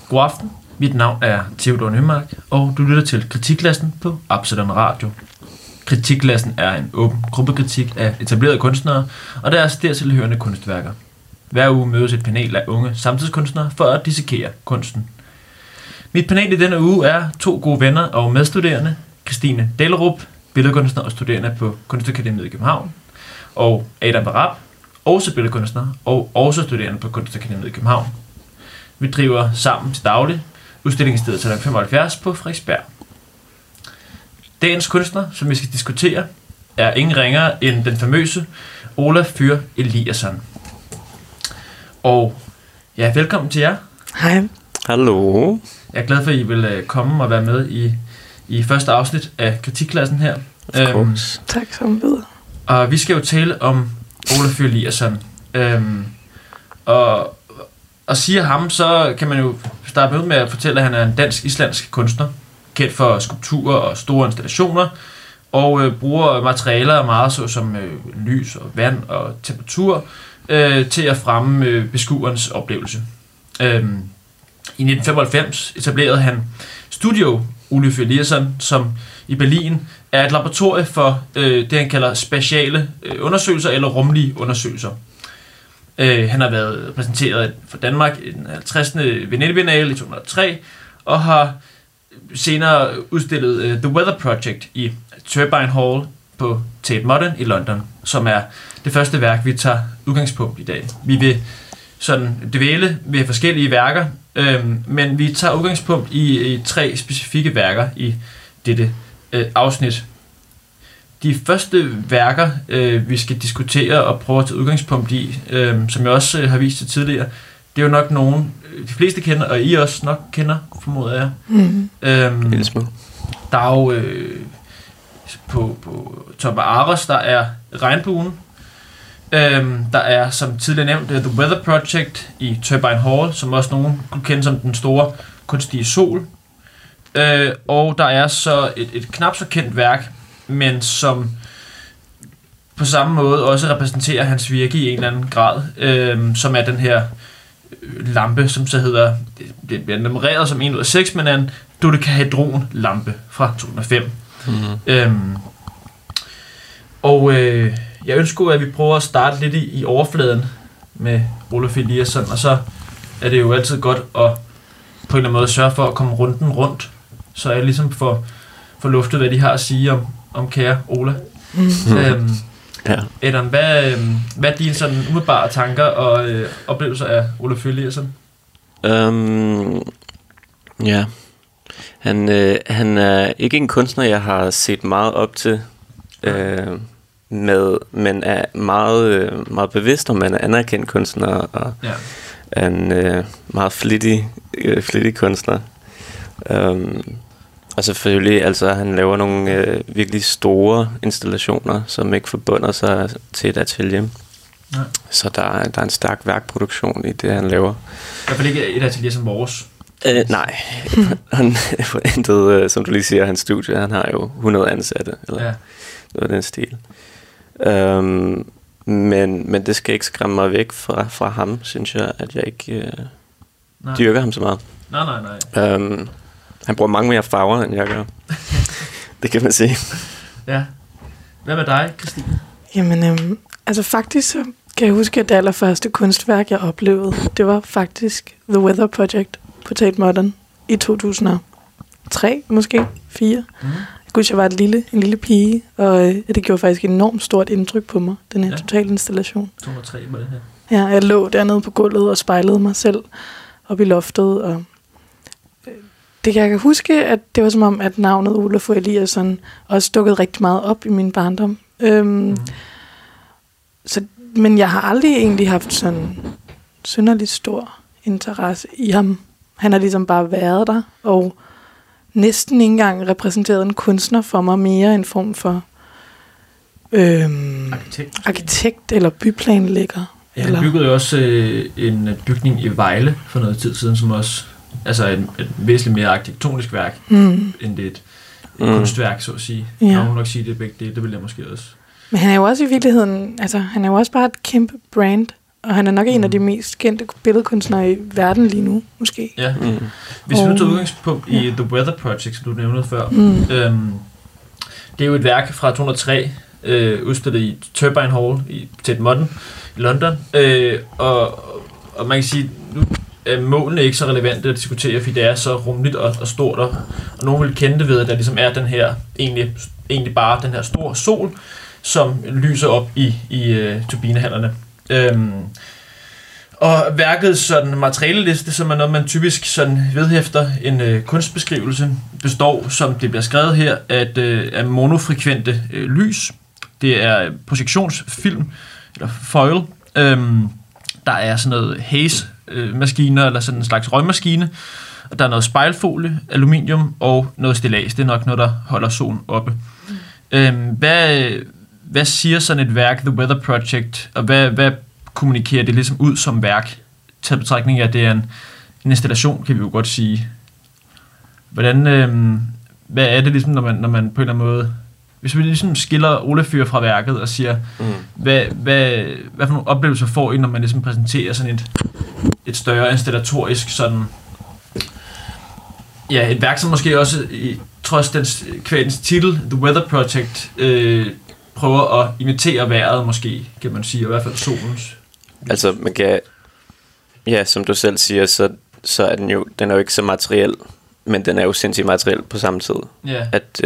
God aften. Mit navn er Theodor Nymark, og du lytter til Kritikklassen på Absalon Radio. Kritikklassen er en åben gruppekritik af etablerede kunstnere, og deres dertilhørende kunstværker. Hver uge mødes et panel af unge samtidskunstnere for at dissekere kunsten. Mit panel i denne uge er 2 gode venner og medstuderende, Christine Dahlerup, billedkunstner og studerende på Kunstakademiet i København, og Adam Barab, også billedkunstner og også studerende på Kunstakademiet i København. Vi driver sammen til daglig udstillingsstedet Salon 75 på Frederiksberg. Dagens kunstner, som vi skal diskutere, er ingen ringere end den famøse Ola Fyr Eliasson. Og ja, velkommen til jer. Hej. Hallo. Jeg er glad for, at I vil komme og være med i første afsnit af Kritikklassen her. Tak som videre. Og vi skal jo tale om Ola Fyr Eliasson. Og siger ham, så kan man jo starte med at fortælle, at han er en dansk-islandsk kunstner, kendt for skulpturer og store installationer, og bruger materialer meget såsom lys og vand og temperatur til at fremme beskuerens oplevelse. I 1995 etablerede han Studio Ola Fyr Eliasson, som i Berlin er et laboratorie for det, han kalder speciale undersøgelser eller rumlige undersøgelser. Han har været repræsenteret for Danmark i den 50. Venedig-biennale i 2003, og har senere udstillet The Weather Project i Turbine Hall på Tate Modern i London, som er det første værk, vi tager udgangspunkt i dag. Vi vil sådan dvæle ved forskellige værker, men vi tager udgangspunkt i 3 specifikke værker i dette afsnit. De første værker, vi skal diskutere og prøve at tage udgangspunkt i, som jeg også har vist til tidligere, det er jo nok nogen, de fleste kender, og I også nok kender, formoder jeg. Der er jo på Top af Aros, der er Regnbuen. Der er, som tidligere nævnt, The Weather Project i Turbine Hall, som også nogen kunne kende som den store kunstige sol. Og der er så et knap så kendt værk, men som på samme måde også repræsenterer hans virke i en eller anden grad, som er den her lampe, som så hedder, det bliver nummereret som 1 ud af 6, men er en dodekahedron lampe fra 2005. Jeg ønsker, at vi prøver at starte lidt i overfladen med Ola Fyr Eliasson, og så er det jo altid godt at på en eller anden måde sørge for at komme rundt, så jeg ligesom får luftet, hvad de har at sige om kære Ola. Ja. Adam, hvad er dine sådan umiddelbare tanker og oplevelser af Ola Fyr Eliasson? Ja. Han er ikke en kunstner, jeg har set meget op til, men er meget, meget bevidst om, at han er anerkendt kunstner, og er en meget flittig kunstner. Og selvfølgelig, altså han laver nogle virkelig store installationer, som ikke forbunder sig til et atelier. Ja. Så der er en stærk værkproduktion i det, han laver. I hvert fald ikke et atelier som vores. Nej, han forandrede, som du lige siger, hans studie. Han har jo 100 ansatte, eller noget af den stil. Men det skal ikke skræmme mig væk fra ham, synes jeg, at jeg ikke dyrker ham så meget. Nej. Han bruger mange mere farver, end jeg gør. Det kan man sige. Ja. Hvad med dig, Christine? Jamen, altså faktisk så kan jeg huske, at det allerførste kunstværk, jeg oplevede, det var faktisk The Weather Project på Tate Modern i 2003, måske 4. Jeg husker, jeg var en lille pige, og det gjorde faktisk et enormt stort indtryk på mig, den her totale installation. 2003 var det her. Ja, jeg lå dernede på gulvet og spejlede mig selv op i loftet, og det kan jeg huske, at det var som om, at navnet Ola Fyr Eliasson også dukkede rigtig meget op i min barndom. Men jeg har aldrig egentlig haft sådan synderligt stor interesse i ham. Han har ligesom bare været der, og næsten ikke engang repræsenteret en kunstner for mig mere en form for arkitekt eller byplanlægger. Ja, han byggede jo også en bygning i Vejle for noget tid siden, som også et væsentligt mere arkitektonisk værk, end det et kunstværk, så at sige. Ja. Jeg må nok sige det begge dele, det vil jeg måske også. Men han er jo også i virkeligheden, altså han er jo også bare et kæmpe brand, Og han er nok en af de mest kendte billedkunstnere i verden lige nu, måske. Ja. Hvis vi nu tager udgangspunkt i The Weather Project, som du nævnte før, det er jo et værk fra 2003, udstillet i Turbine Hall i Tate Modern i London. Og man kan sige, nu er målene ikke så relevante at diskutere, fordi det er så rummeligt og stort, og nogen vil kende det ved, at der ligesom er den her, egentlig bare den her store sol, som lyser op i turbinehallerne. Og værkets sådan materialeliste, som er noget, man typisk sådan vedhæfter en kunstbeskrivelse, består, som det bliver skrevet her, af monofrekvente lys. Det er projektionsfilm, eller foil. Der er sådan noget haze-maskiner, eller sådan en slags røgmaskine. Og der er noget spejlfolie, aluminium og noget stillads. Det er nok noget, der holder solen oppe. Hvad siger sådan et værk, The Weather Project, og hvad kommunikerer det ligesom ud som værk? Taget betragtning af, at det er en installation, kan vi jo godt sige. Hvordan, hvad er det ligesom, når man på en eller anden måde, hvis vi ligesom skiller oliefyr fra værket og siger, hvad for nogle oplevelser får I, når man ligesom præsenterer sådan et større installatorisk sådan, ja, et værk, som måske også, trods dens titel, The Weather Project, prøver at imitere vejret måske, kan man sige, i hvert fald solens. Altså, man kan, ja, som du selv siger, så er den er jo ikke så materiel, men den er jo sindssygt materiel på samme tid. Yeah. At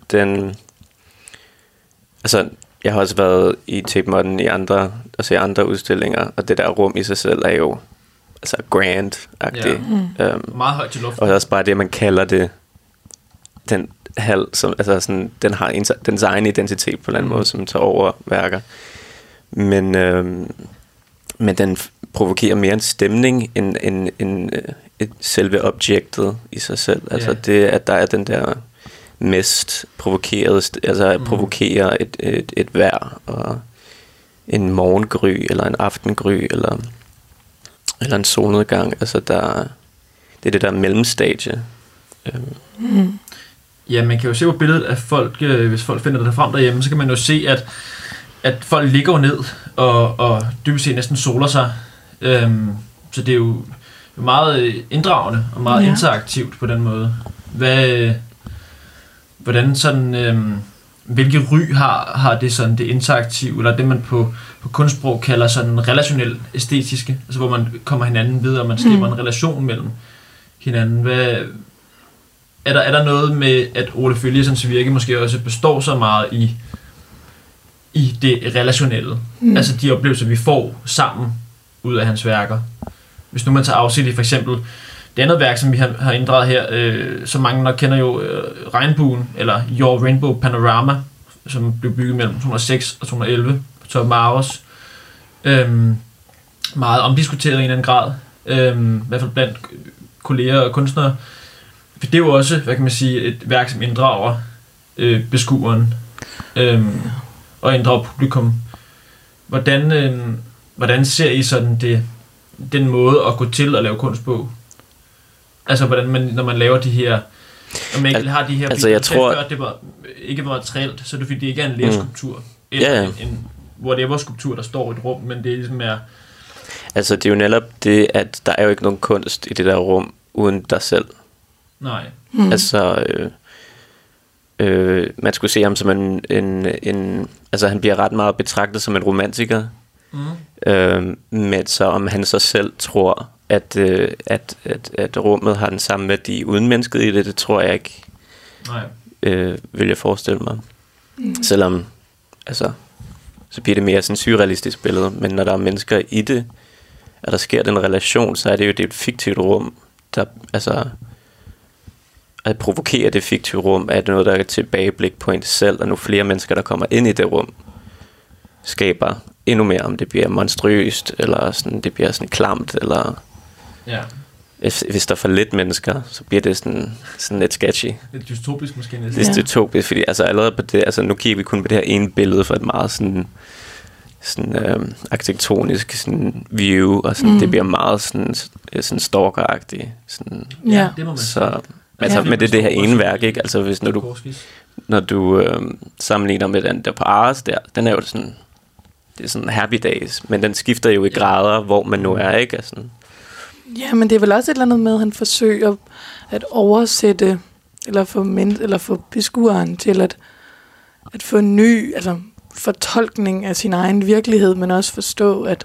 altså, jeg har også været i Tate Modern i andre udstillinger, og det der rum i sig selv er jo altså grand-agtigt. Yeah. Meget højt til luften. Og også bare det, man kalder det, den hal, som, altså sådan, den har dens egen identitet på en eller anden måde, som tager over værker. Men den provokerer mere en stemning end selve objektet i sig selv. Altså det, at der er den der mest provokerede, altså provokerer et vejr og en morgengry eller en aftengry eller en solnedgang. Altså det er det der mellemstadie. Ja, man kan jo se på billedet af folk, hvis folk finder det frem derhjemme, så kan man jo se, at folk ligger jo ned og dybest set næsten soler sig. Så det er jo meget inddragende og meget interaktivt på den måde. Hvordan sådan, hvilke ry har det sådan det interaktive, eller det man på kunstsprog kalder sådan relationel æstetiske, altså hvor man kommer hinanden ved, og man skaber en relation mellem hinanden. Er der noget med, at Ole Føljesens virke måske også består så meget i det relationelle? Altså de oplevelser, vi får sammen ud af hans værker. Hvis nu man tager afsæt i for eksempel det andet værk, som vi har inddraget her, så mange nok kender jo Regnbuen, eller Your Rainbow Panorama, som blev bygget mellem 2006 og 2011 på Torben Aros. Meget omdiskuteret i en eller anden grad, i hvert fald blandt kolleger og kunstnere. For det er jo også, hvad kan man sige, et værk, som inddrager beskueren og inddrager publikum. Hvordan ser I sådan den måde at gå til at lave kunst på? Altså hvordan når man laver de her, når man ikke har de her, altså jeg tror før, det var ikke var materielt, så er det fordi det ikke er en lersskulptur eller en whatever skulptur, der står i et rum, men det er ligesom er. Altså det er jo netop det, at der er jo ikke nogen kunst i det der rum uden dig selv. Nej. Altså man skulle se ham som en altså han bliver ret meget betragtet som en romantiker. Men så om han så selv tror at rummet har den samme værdi uden mennesket i det tror jeg ikke. Nej. Vil jeg forestille mig. Selvom altså så bliver det mere sådan surrealistisk billede, men når der er mennesker i det, og der sker den relation, så er det jo et fiktivt rum, der altså at provokere det fiktive rum, er det noget, der er et tilbageblik på en selv, og nu flere mennesker, der kommer ind i det rum, skaber endnu mere, om det bliver monstrøst, eller sådan, det bliver sådan klamt, eller hvis der er for lidt mennesker, så bliver det sådan lidt sketchy. Lidt dystopisk måske næsten. Det er dystopisk, fordi altså allerede på det, altså nu kigger vi kun på det her ene billede for et meget sådan arkitektonisk sådan view, og sådan, det bliver meget sådan stalker-agtigt. Sådan, det må man så, altså, men det er det her ene værk, ikke? Altså hvis når du sammenligner med den der på Ares der, den er jo sådan det er sådan happy days, men den skifter jo i grader, hvor man nu er, ikke? Altså, ja, men det er vel også et eller andet med, at han forsøger at oversætte, eller få beskueren til at få en ny fortolkning af sin egen virkelighed, men også forstå, at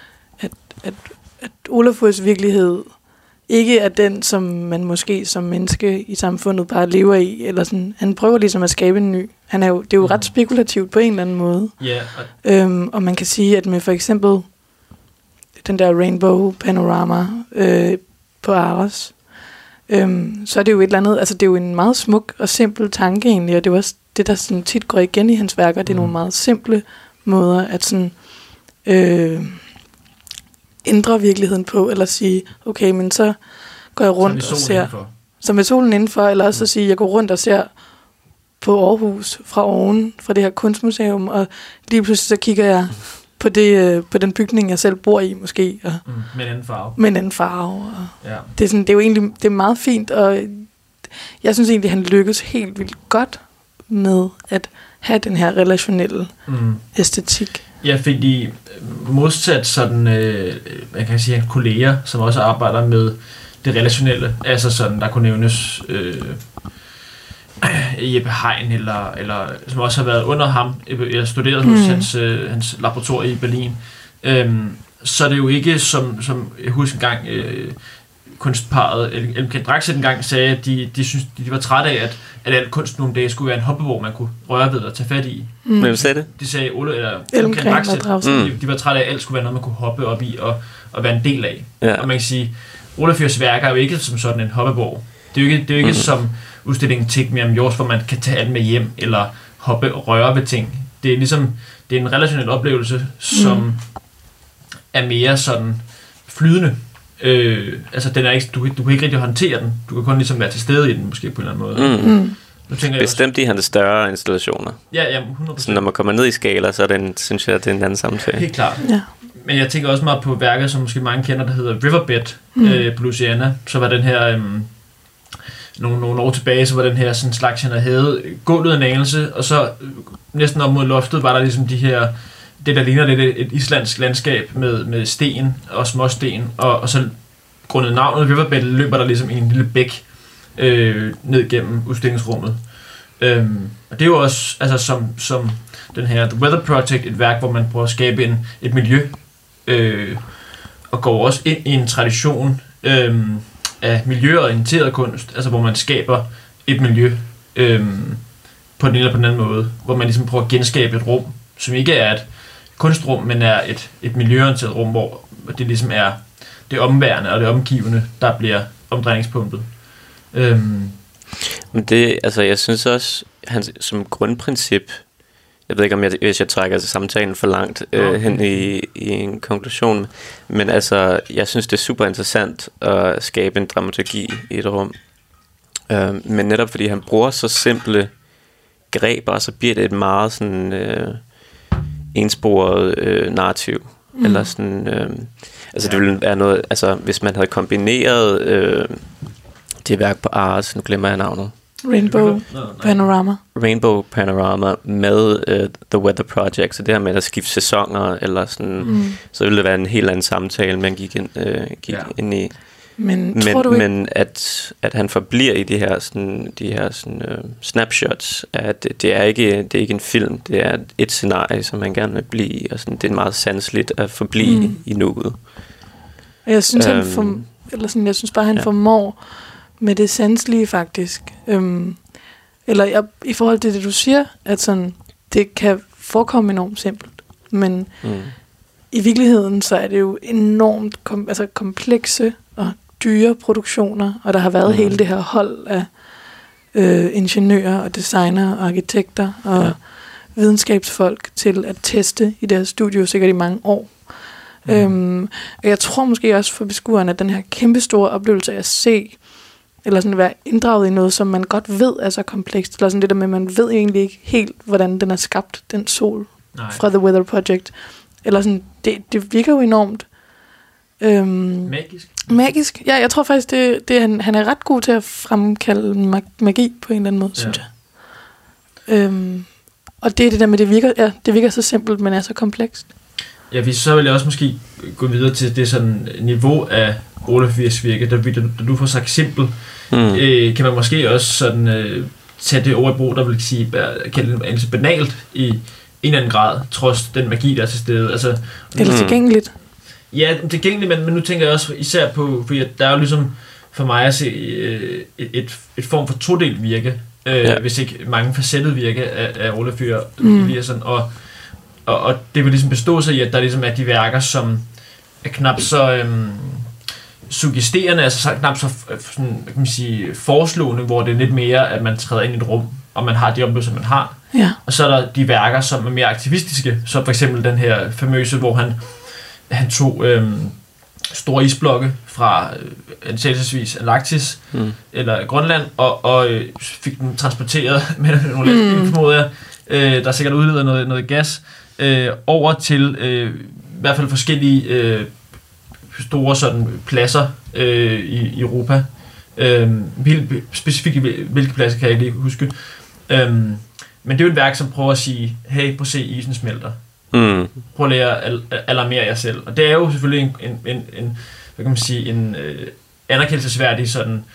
Olafurs virkelighed ikke er den, som man måske som menneske i samfundet bare lever i, eller sådan. Han prøver ligesom at skabe en ny. Det er jo ret spekulativt på en eller anden måde. Yeah. Og man kan sige, at med for eksempel den der Rainbow Panorama på Aros, så er det jo et eller andet, altså det er jo en meget smuk og simpel tanke egentlig, og det er også det, der sådan tit går igen i hans værker. Det er nogle meget simple måder at sådan ændre virkeligheden på, eller sige, okay, men så går jeg rundt og ser, som med solen indenfor, eller også at sige, jeg går rundt og ser på Aarhus fra oven, fra det her kunstmuseum, og lige pludselig så kigger jeg på den bygning, jeg selv bor i, måske. Og med en anden farve. Med en anden farve. Og ja. Det er jo egentlig det er meget fint, og jeg synes egentlig, han lykkes helt vildt godt med at have den her relationelle æstetik. Ja, fordi modsat sådan, man kan sige, kolleger, som også arbejder med det relationelle, altså sådan, der kunne nævnes Jeppe Hein, eller som også har været under ham, eller studeret hos hans laboratorie i Berlin, så er det jo ikke, som jeg husker engang, kunstparet, Elmken Draxet engang sagde, at de synes, de var trætte af, at al kunst nogle dage skulle være en hoppeborg, man kunne røre ved og tage fat i. Hvem sagde det? De sagde Elmken Draxet. De var trætte af, at alt skulle være noget, man kunne hoppe op i og være en del af. Ja. Og man kan sige, Olafurs værker er jo ikke som sådan en hoppeborg. Det er jo ikke som udstillingen Take Me Am Yours, hvor man kan tage alt med hjem, eller hoppe og røre ved ting. Det er ligesom, det er en relationel oplevelse, som er mere sådan flydende. Altså den er ikke, du kan ikke rigtig håndtere den. Du kan kun ligesom være til stede i den, måske på en eller anden måde. Nu tænker bestemt i hans større installationer. Ja, 100%. Så når man kommer ned i skala, så er det synes jeg, det er en anden samtale. Helt klart. Ja. Men jeg tænker også meget på værker, som måske mange kender, der hedder Riverbed på Louisiana. Så var den her nogle år tilbage, så var den her sådan slags, han havde gulvet en anelse, og så næsten op mod loftet var der ligesom de her, det der ligner lidt et islandsk landskab med sten og småsten, og så grundet navnet Riverbed løber der ligesom en lille bæk ned gennem udstillingsrummet. Og det er jo også altså som den her The Weather Project, et værk, hvor man prøver at skabe et miljø, og går også ind i en tradition af miljøorienteret kunst, altså hvor man skaber et miljø på den ene eller på den anden måde, hvor man ligesom prøver at genskabe et rum, som ikke er et kunstrum, men er et miljøorienteret rum, hvor det ligesom er det omværende og det omgivende, der bliver omdrejningspunktet. Men det, altså jeg synes også, han som grundprincip, jeg ved ikke, om hvis jeg trækker samtalen for langt hen i en konklusion, men altså, jeg synes, det er super interessant at skabe en dramaturgi i et rum. Men netop fordi han bruger så simple greb, så bliver det et meget sådan ensporet narrativ. Eller sådan, altså det ville være noget, altså hvis man havde kombineret det værk på Ars, nu glemmer jeg navnet. Rainbow Panorama med The Weather Project, så det her med at skifte sæsoner eller sådan, så ville det være en helt anden samtale, man gik ind i. Men at han forbliver i de her snapshots, at det er ikke en film, det er et scenarie, som man gerne vil blive i, og sådan, det er meget sanseligt at forblive i nuet. Jeg synes jeg synes bare han formår med det sanselige faktisk. I forhold til det du siger, at sådan det kan forekomme enormt simpelt, men i virkeligheden så er det jo enormt komplekse og dyre produktioner, og der har været hele det her hold af ingeniører og designer og arkitekter og videnskabsfolk til at teste i deres studio sikkert i mange år. Og jeg tror måske også for beskueren, at den her kæmpestore oplevelse af at se, eller sådan at være inddraget i noget, som man godt ved er så komplekst, eller sådan det der med, man ved egentlig ikke helt, hvordan den er skabt, den sol fra The Weather Project. Eller sådan, det virker jo enormt magisk. Ja, jeg tror faktisk, han er ret god til at fremkalde magi på en eller anden måde, synes jeg. Og det er det der med, det virker så simpelt, men er så komplekst. Ja, så vil jeg også måske gå videre til det sådan niveau af Olafs virke, da du får sagt simpel, kan man måske også sådan tage det ord i brug, der vil sige, kalde det banalt i en eller anden grad, trods den magi, der er til stede. Altså, eller tilgængeligt. Ja, tilgængeligt, men nu tænker jeg også især på, fordi der er jo ligesom for mig at se et form for todelt virke, hvis ikke mange facettet virke af Olaf Eliasson, og det vil ligesom bestå sig i, at der ligesom er de værker, som er knap så suggesterende, altså knap så sådan, kan man sige, foreslående, hvor det er lidt mere, at man træder ind i et rum, og man har de oplevelser, man har. Ja. Og så er der de værker, som er mere aktivistiske, som for eksempel den her famøse, hvor han tog store isblokke fra ansættelsesvis Antarktis eller Grønland, og fik dem transporteret med nogle lastbiler, formoder jeg, der sikkert udleder noget gas, over til i hvert fald forskellige store sådan pladser i Europa. Specifikt hvilke pladser kan jeg ikke lige huske. Men det er jo et værk, som prøver at sige, hey, prøv at se, isen smelter. Prøv at lære at alarmere jer selv. Og det er jo selvfølgelig en hvad kan man sige, en anerkendelsesværdig sådan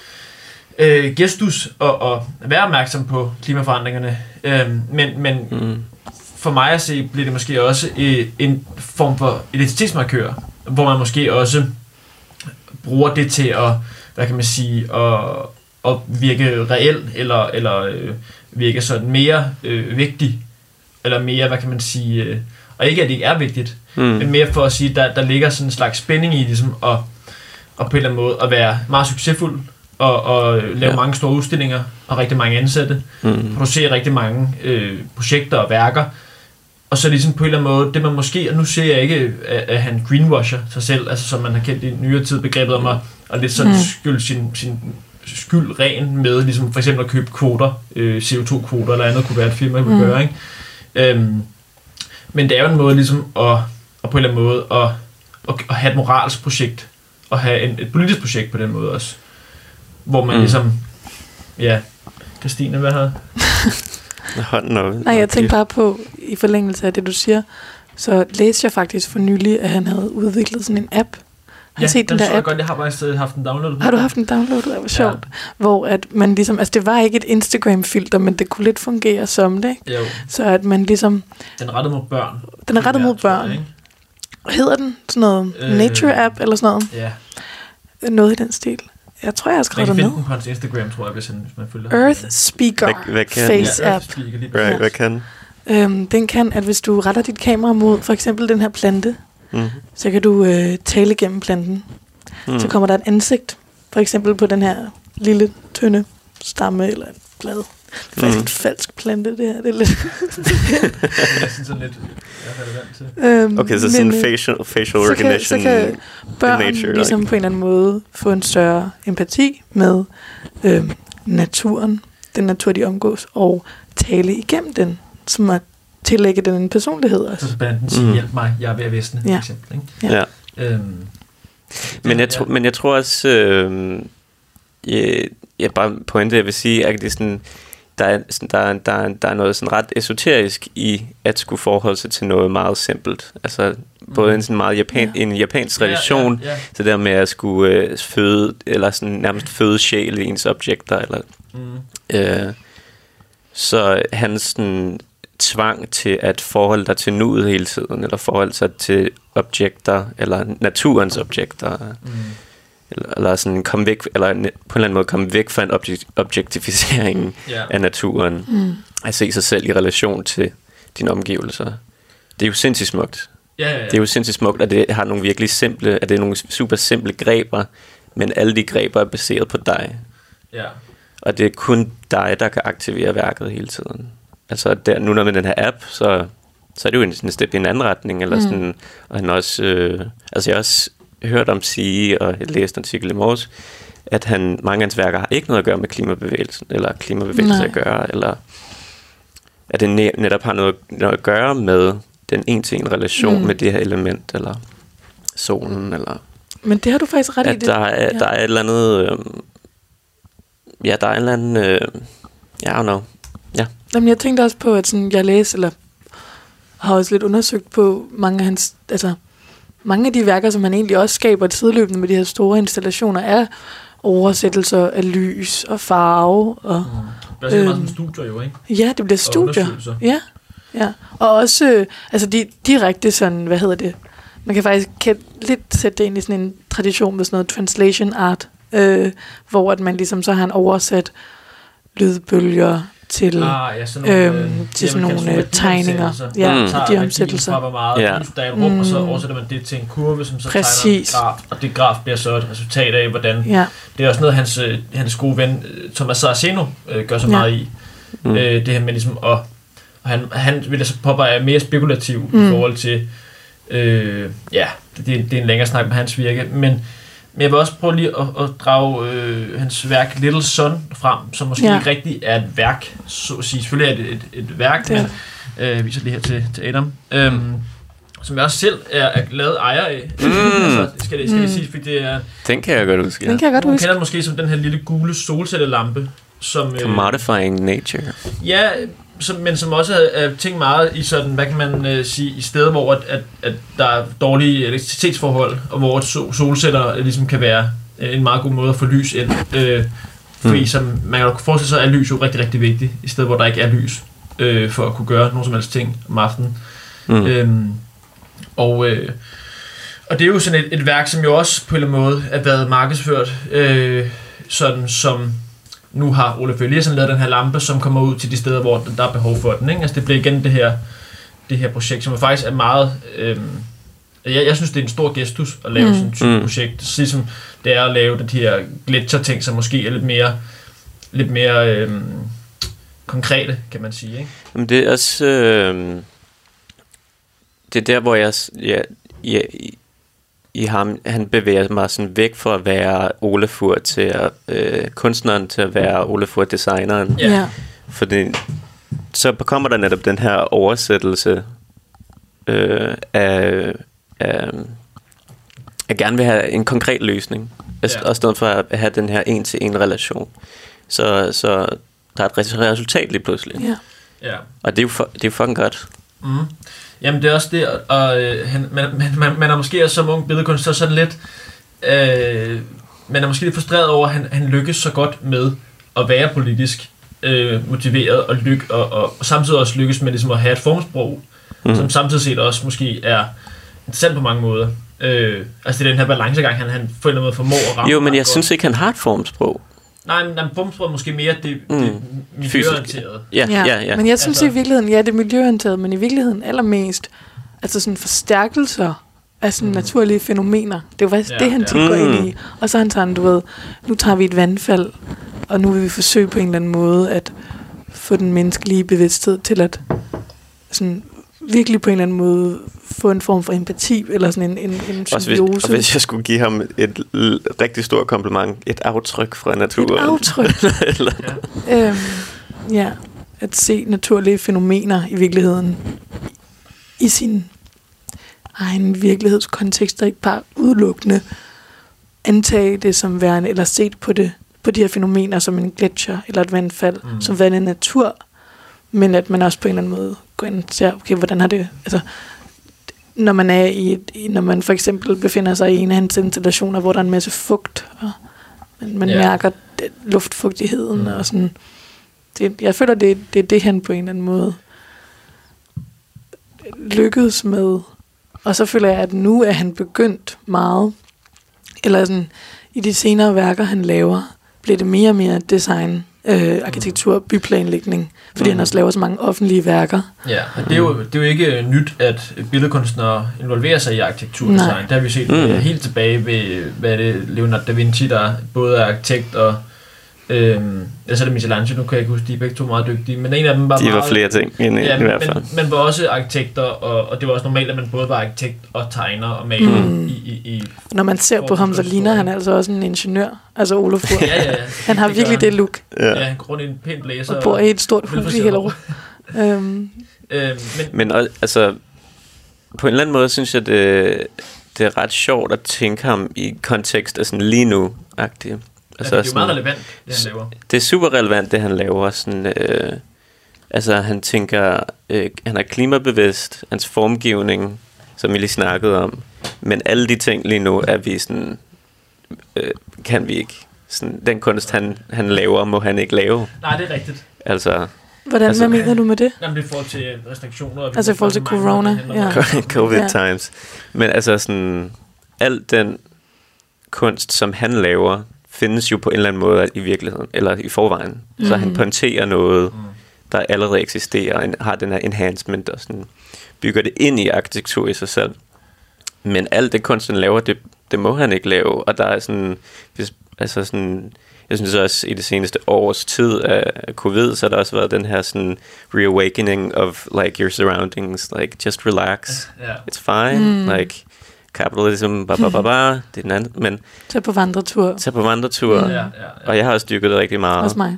gestus og være opmærksom på klimaforandringerne. Men for mig at se, bliver det måske også en form for identitetsmarkør, hvor man måske også bruger det til at, hvad kan man sige, at virke reelt, eller virke sådan mere vigtig, eller mere, hvad kan man sige, og ikke at det ikke er vigtigt, men mere for at sige, at der ligger sådan en slags spænding i ligesom, og på en eller anden måde at være meget succesfuld, og lave mange store udstillinger, og rigtig mange ansatte, producere rigtig mange projekter og værker, og så ligesom på en eller anden måde, det man måske, og nu ser jeg ikke, at han greenwasher sig selv, altså som man har kendt i nyere tid, begrebet om at lidt sådan skylde sin skyld ren med, ligesom for eksempel at købe kvoter, CO2-kvoter eller andet, kunne være et firma, vil gøre, ikke? Men det er jo en måde ligesom at på en eller anden måde at have et moralsk projekt, og have et politisk projekt på den måde også, hvor man ligesom, ja, Christine, hvad har? Nej, jeg tænkte bare på, i forlængelse af det, du siger, så læste jeg faktisk for nylig, at han havde udviklet sådan en app. Har du set den der app? Godt. Jeg har bare haft den downloadet. Har du haft den downloadet? Det var sjovt. Ja. Hvor at man ligesom, altså det var ikke et Instagram-filter, men det kunne lidt fungere som det, ikke? Jo. Så at man ligesom... Den er rettet mod børn. Den er rettet mod børn. Hedder den sådan noget Nature-app eller sådan noget? Ja. Noget i den stil. Jeg tror, jeg har skrevet det ned. Man kan finde den på hans Instagram, tror jeg, hvis man følger. Earth Speaker Face-app. Hvad kan? Den kan, at hvis du retter dit kamera mod for eksempel den her plante, så kan du tale gennem planten. Så kommer der et ansigt, for eksempel på den her lille, tynde stamme eller et blad. Det er faktisk et falsk plante, det her. Det er lidt... Jeg synes sådan lidt... Okay, så sådan facial recognition. Så kan børn ligesom på en eller anden måde få en større empati med naturen, den natur, de omgås, og tale igennem den, som at tillægge den en personlighed også. Så blandt siger, hjælp mig, jeg er ved at visne, for eksempel. Ikke? Ja. Men jeg tror også, bare pointe, jeg vil sige, at det er sådan, der er noget sådan ret esoterisk i at skulle forholde sig til noget meget simpelt. Altså både en sådan meget en japansk tradition, så der med at skulle føde, eller sådan nærmest føde sjæl i ens objekter, eller så hans sådan tvang til at forholde dig til nuet hele tiden, eller forholde sig til objekter, eller naturens objekter, eller sådan komme væk, eller på en eller anden måde komme væk fra en objektificering af naturen, at se sig selv i relation til dine omgivelser. Det er jo sindssygt smukt. Det er jo sindssygt smukt, at det har nogle virkelig simple, at det er nogle super simple greber, men alle de greber er baseret på dig. Og det er kun dig, der kan aktivere værket hele tiden. Altså der, nu når med den her app, så er det jo en step i en anden retning, eller sådan, og han også, altså jeg har også hørt om sige, og jeg læste en artikel i morges, at mange af hans værker har ikke noget at gøre med klimabevægelsen, eller klimabevægelse at gøre, eller at det netop har noget at gøre med den en-til-en relation med det her element, eller solen, eller... Men det har du faktisk ret i. Der er et eller andet... der er en eller anden... I don't know. Ja. Jamen, jeg tænkte også på, at sådan, jeg læste, eller har også lidt undersøgt på mange af de værker, som han egentlig også skaber tidløbende med de her store installationer, er oversættelser af lys og farve. Og, det bliver meget som studier jo, ikke? Ja, det bliver studier. Ja. Og også direkte sådan, man kan faktisk lidt sætte det ind i sådan en tradition med sådan noget translation art, hvor at man ligesom så har en oversat lydbølger til sådan nogle tegninger. De omsættelser. Hvor meget der er et rum, og så oversætter man det til en kurve, som så tegner en graf, og det graf bliver så et resultat af, hvordan... Ja. Det er også noget, hans gode ven, Thomas Saraceno, gør så meget i. Det her med ligesom at... Han vil altså påpege mere spekulativ i forhold til... det er en længere snak med hans virke, men jeg vil også prøve lige at drage hans værk Little Sun frem, som måske ikke rigtig er et værk, så at sige. Selvfølgelig er det et værk, men jeg viser lige her til Adam, som jeg også selv er glad ejer af. Skal det sige, fordi det er... Den kan jeg godt huske. Den kan jeg godt huske. Man kender den måske som den her lille gule solcellelampe, som... Commodifying nature. Ja, men som også er tænkt meget i sådan, hvad kan man sige, i steder, hvor at der er dårlige elektricitetsforhold, og hvor solceller ligesom kan være en meget god måde at få lys ind. Fordi som man kan forestille sig, er lys jo rigtig, rigtig vigtigt, i stedet hvor der ikke er lys, for at kunne gøre nogle som helst ting om aftenen. Og det er jo sådan et værk, som jo også på en eller anden måde er været markedsført, sådan som... Nu har Olaf Eliasson lavet den her lampe, som kommer ud til de steder, hvor der er behov for den. Ikke? Altså det bliver igen det her projekt, som faktisk er meget... jeg synes, det er en stor gestus at lave sådan et type projekt. Ligesom det er at lave de her gletsjer-ting, som måske er lidt mere konkrete, kan man sige. Ikke? Men det er også... det er der, hvor jeg... I ham, han bevæger mig sådan væk fra at være Olafur til at kunstneren til at være Olafur designeren. Ja. Fordi så kommer der netop den her oversættelse af jeg gerne vil have en konkret løsning, og stedet for at have den her en-til-en relation. Så der er et resultat lige pludselig. Ja. Og det er jo fucking godt. Jamen det er også det, og man er måske som ung billedkunstner sådan lidt, man er måske lidt frustreret over, at han lykkes så godt med at være politisk motiveret, og samtidig også lykkes med ligesom at have et formsprog, som samtidig set også måske er interessant på mange måder. Altså det er den her balancegang, han på en eller anden måde formår at ramme. Jo, men jeg synes ikke, han har et formsprog. Nej, men formsprog er måske mere det miljøorienterede. Ja. Men jeg synes i virkeligheden, det er miljøorienteret, men i virkeligheden allermest, altså sådan forstærkelser af sådan naturlige fænomener. Det er jo faktisk det, han tit går ind i. Og så han tager, nu tager vi et vandfald, og nu vil vi forsøge på en eller anden måde at få den menneskelige bevidsthed til at sådan virkelig på en eller anden måde få en form for empati, eller sådan en symbiose. Hvis jeg skulle give ham et rigtig stort kompliment, et aftryk fra naturen. Et aftryk. At se naturlige fænomener i virkeligheden i sin egen virkelighedskontekst, og ikke bare udelukkende antage det som værende, eller set på de her fænomener som en gletsjer, eller et vandfald, som værende natur, men at man også på en eller anden måde går ind og ser, okay, hvordan har det... Altså, når man er når man for eksempel befinder sig i en af hans installationer, hvor der er en masse fugt, og man mærker luftfugtigheden, og sådan... Jeg føler, det er det, han på en eller anden måde lykkedes med. Og så føler jeg, at nu er han begyndt meget, eller sådan, i de senere værker, han laver, bliver det mere og mere design, arkitektur, byplanlægning, fordi han også laver så mange offentlige værker. Ja, og det er jo ikke nyt, at billedkunstnere involverer sig i arkitekturdesign. Det har vi set helt tilbage ved, hvad er det, Leonardo da Vinci, der både er arkitekt og så er det Michelangelo, nu kan jeg ikke huske, de er begge to meget dygtige, men en af dem var de var flere ting i hvert fald. Men var også arkitekter, og det var også normalt, at man både var arkitekt og tegner og maler i når man ser på ham, så ligner han altså også en ingeniør, altså Olafur. Han har virkelig det look. Ja, han går rundt i en pæn blæser. Og bor i et stort hus i Hellerup. Men altså, på en eller anden måde synes jeg, det er ret sjovt at tænke ham i kontekst af sådan lige nu-agtigt. Altså det er jo meget relevant, det han laver. Det er super relevant, det han laver. Sådan, Altså, han tænker, han er klimabevidst, hans formgivning, som vi lige snakkede om. Men alle de ting lige nu er vi sådan, kan vi ikke. Sådan, den kunst, han laver, må han ikke lave. Nej, det er rigtigt. Altså... Hvad mener du med det? Jamen, det er i forhold til restriktioner. Altså i forhold til corona. Ja. Covid times. Men altså sådan, al den kunst, som han laver, findes jo på en eller anden måde i virkeligheden, eller i forvejen. Så han pointerer noget, der allerede eksisterer, har den her enhancement, og sådan, bygger det ind i arkitektur i sig selv. Men alt det kunst, han laver, det må han ikke lave. Og der er sådan, altså sådan, jeg synes også, i det seneste års tid af covid, så har der også været den her sådan reawakening of like your surroundings, like just relax, it's fine, like capitalism, det er den anden, men Tag på vandretur. Ja. Og jeg har også dyrket det rigtig meget. Også mig.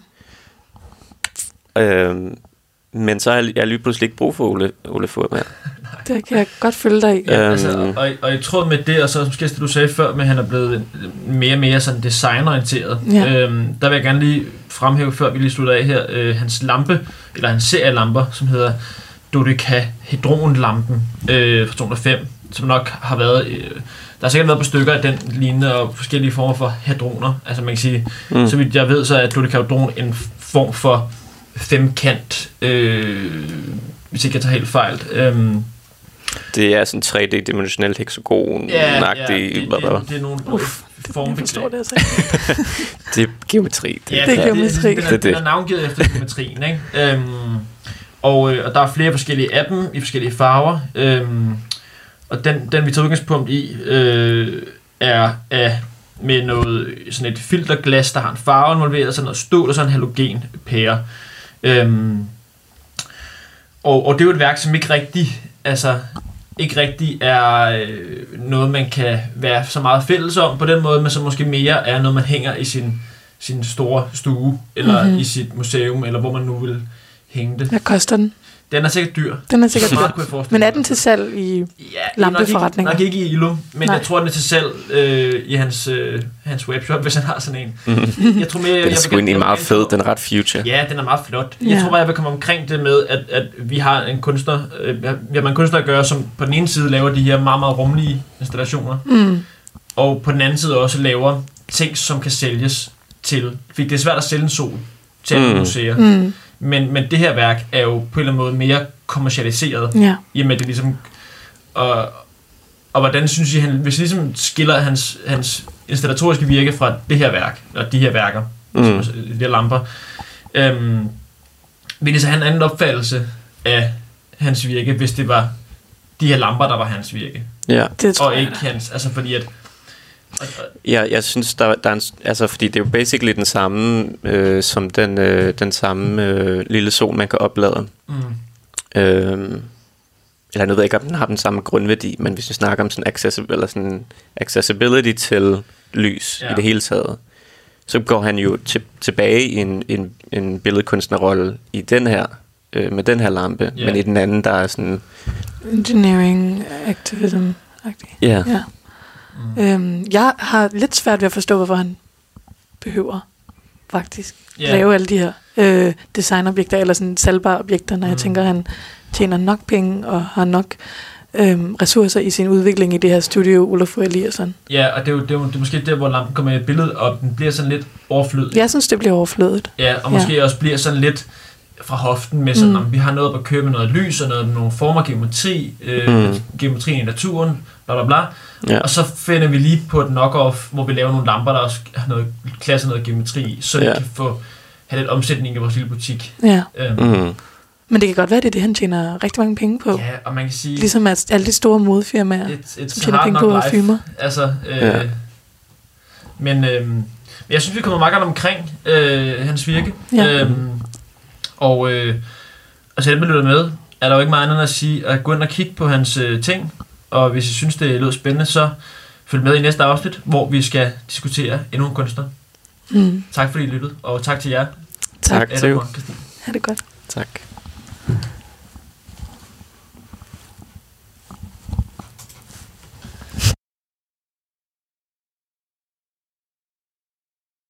Men så har jeg lige pludselig ikke brug for Ole Furt mere. Det kan jeg godt følge dig i. Ja, altså, og i tråd med det, og så måske det du sagde før, med at han er blevet mere og mere sådan designorienteret. Ja. Der vil jeg gerne lige fremhæve, før vi lige slutter af her, hans lampe, eller hans serie lamper, som hedder Dodecahedron-lampen fra 2005, som nok har været... der har sikkert været på stykker af den lignende og forskellige former for hadroner. Altså man kan sige, så vidt jeg ved, så er dodecahedron en form for femkant, hvis ikke jeg tager helt fejl. Det er sådan 3D-dimensionelt hexagon-agtigt. Det er nogle formbegreb. Det er geometri. Det er geometri. Den er navngivet efter geometrien, ikke? Og der er flere forskellige af dem i forskellige farver. Og den vi tager udgangspunkt i, er med noget sådan et filterglas, der har en farve involveret, sådan noget stål og sådan en halogenpære. Og det er jo et værk, som ikke rigtig er noget, man kan være så meget fælles om på den måde, men som måske mere er noget, man hænger i sin store stue, eller i sit museum, eller hvor man nu vil hænge det. Hvad koster den? Den er sikkert dyr. Men er den til salg i lampeforretninger? Nok ikke i Ilo, men jeg tror, den er til salg i hans webshop, hvis han har sådan en. Jeg tror mere, den er sgu egentlig meget fed, den er ret future. Ja, den er meget flot. Jeg tror bare, jeg vil komme omkring det med, at vi har en kunstner, at gøre, som på den ene side laver de her meget, meget rummelige installationer, og på den anden side også laver ting, som kan sælges til, fordi det er svært at sælge en sol til museer. Men det her værk er jo på en eller anden måde mere kommercialiseret, i og med det ligesom... Og hvordan synes I, hvis I ligesom skiller hans installatoriske virke fra det her værk, og de her værker, de her lamper, vil det så have en anden opfattelse af hans virke, hvis det var de her lamper, der var hans virke? Ja. Det tror og ikke hans, altså fordi at... Ja, jeg synes, der er en, altså fordi det er jo basically den samme, som den samme lille sol, man kan oplade. Eller nu ved jeg ikke, om den har den samme grundværdi, men hvis vi snakker om sådan accessibility til lys i det hele taget, så går han jo tilbage i en billedkunstnerrolle i den her, med den her lampe, men i den anden, der er sådan... Engineering, activism-agtigt. Ja. Jeg har lidt svært ved at forstå, hvorfor han behøver faktisk lave alle de her designobjekter, eller sådan salgbare objekter, når jeg tænker, han tjener nok penge, og har nok ressourcer i sin udvikling i det her studio, Olafur Eliasson. Ja, og det er måske der, hvor lampen kommer i et billede, og den bliver sådan lidt overflødig. Jeg synes, det bliver overflødet. Ja, og måske også bliver sådan lidt fra hoften med sådan, vi har noget på at købe med noget lys, og nogle former geometri, geometrien i naturen, bla bla bla. Ja. Og så finder vi lige på et knock-off, hvor vi laver nogle lamper, der også har noget klasse, noget geometri i, så vi kan have lidt omsætning i vores lille butik. Ja. Men det kan godt være, det er det, han tjener rigtig mange penge på. Ja, og man kan sige... Ligesom at alle de store modefirmaer, som tjener penge på parfumer. Altså, men jeg synes, vi kommer meget godt omkring hans virke. Ja. Og så det, man lytter med, er der jo ikke meget andet at sige, at gå ind og kigge på hans ting, og hvis I synes, det lyder spændende, så følg med i næste afsnit, hvor vi skal diskutere endnu en kunstner. Tak fordi I lyttede, og tak til jer. Tak til jer. Ha' det godt. Tak.